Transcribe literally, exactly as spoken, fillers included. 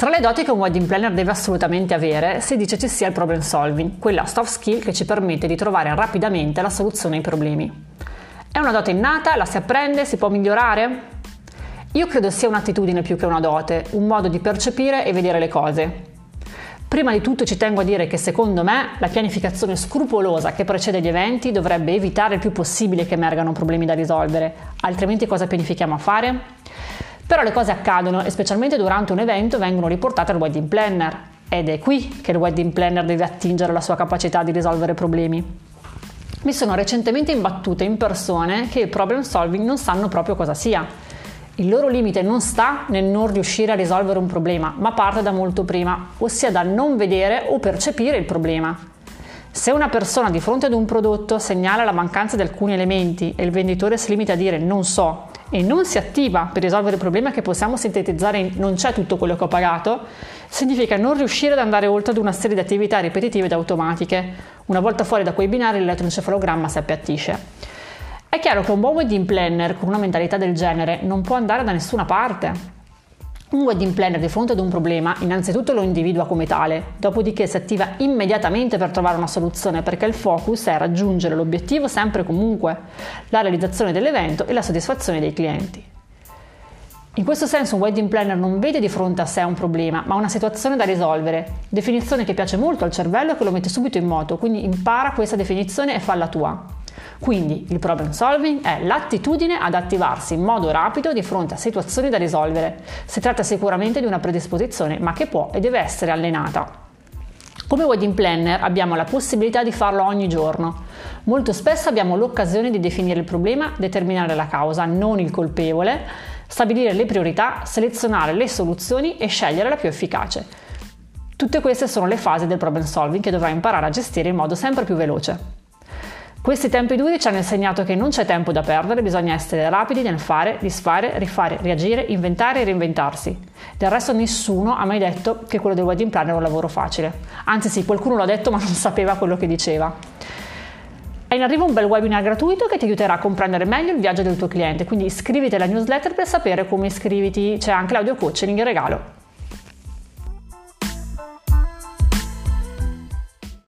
Tra le doti che un wedding planner deve assolutamente avere, si dice ci sia il problem solving, quella soft skill che ci permette di trovare rapidamente la soluzione ai problemi. È una dote innata? La si apprende? Si può migliorare? Io credo sia un'attitudine più che una dote, un modo di percepire e vedere le cose. Prima di tutto ci tengo a dire che secondo me la pianificazione scrupolosa che precede gli eventi dovrebbe evitare il più possibile che emergano problemi da risolvere, altrimenti cosa pianifichiamo a fare? Però le cose accadono e specialmente durante un evento vengono riportate al wedding planner ed è qui che il wedding planner deve attingere la sua capacità di risolvere problemi. Mi sono recentemente imbattute in persone che il problem solving non sanno proprio cosa sia. Il loro limite non sta nel non riuscire a risolvere un problema, ma parte da molto prima, ossia dal non vedere o percepire il problema. Se una persona di fronte ad un prodotto segnala la mancanza di alcuni elementi e il venditore si limita a dire non so e non si attiva per risolvere il problema che possiamo sintetizzare in non c'è tutto quello che ho pagato, significa non riuscire ad andare oltre ad una serie di attività ripetitive ed automatiche. Una volta fuori da quei binari l'elettroencefalogramma si appiattisce. È chiaro che un buon wedding planner con una mentalità del genere non può andare da nessuna parte. Un wedding planner di fronte ad un problema innanzitutto lo individua come tale, dopodiché si attiva immediatamente per trovare una soluzione perché il focus è raggiungere l'obiettivo sempre e comunque, la realizzazione dell'evento e la soddisfazione dei clienti. In questo senso un wedding planner non vede di fronte a sé un problema, ma una situazione da risolvere, definizione che piace molto al cervello e che lo mette subito in moto, quindi impara questa definizione e falla tua. Quindi il problem solving è l'attitudine ad attivarsi in modo rapido di fronte a situazioni da risolvere. Si tratta sicuramente di una predisposizione, ma che può e deve essere allenata. Come wedding planner abbiamo la possibilità di farlo ogni giorno. Molto spesso abbiamo l'occasione di definire il problema, determinare la causa, non il colpevole, stabilire le priorità, selezionare le soluzioni e scegliere la più efficace. Tutte queste sono le fasi del problem solving che dovrai imparare a gestire in modo sempre più veloce. Questi tempi duri ci hanno insegnato che non c'è tempo da perdere, bisogna essere rapidi nel fare, disfare, rifare, reagire, inventare e reinventarsi. Del resto nessuno ha mai detto che quello del wedding planner è un lavoro facile. Anzi sì, qualcuno l'ha detto ma non sapeva quello che diceva. È in arrivo un bel webinar gratuito che ti aiuterà a comprendere meglio il viaggio del tuo cliente, quindi iscriviti alla newsletter per sapere come iscriviti, c'è anche l'audio coaching in regalo.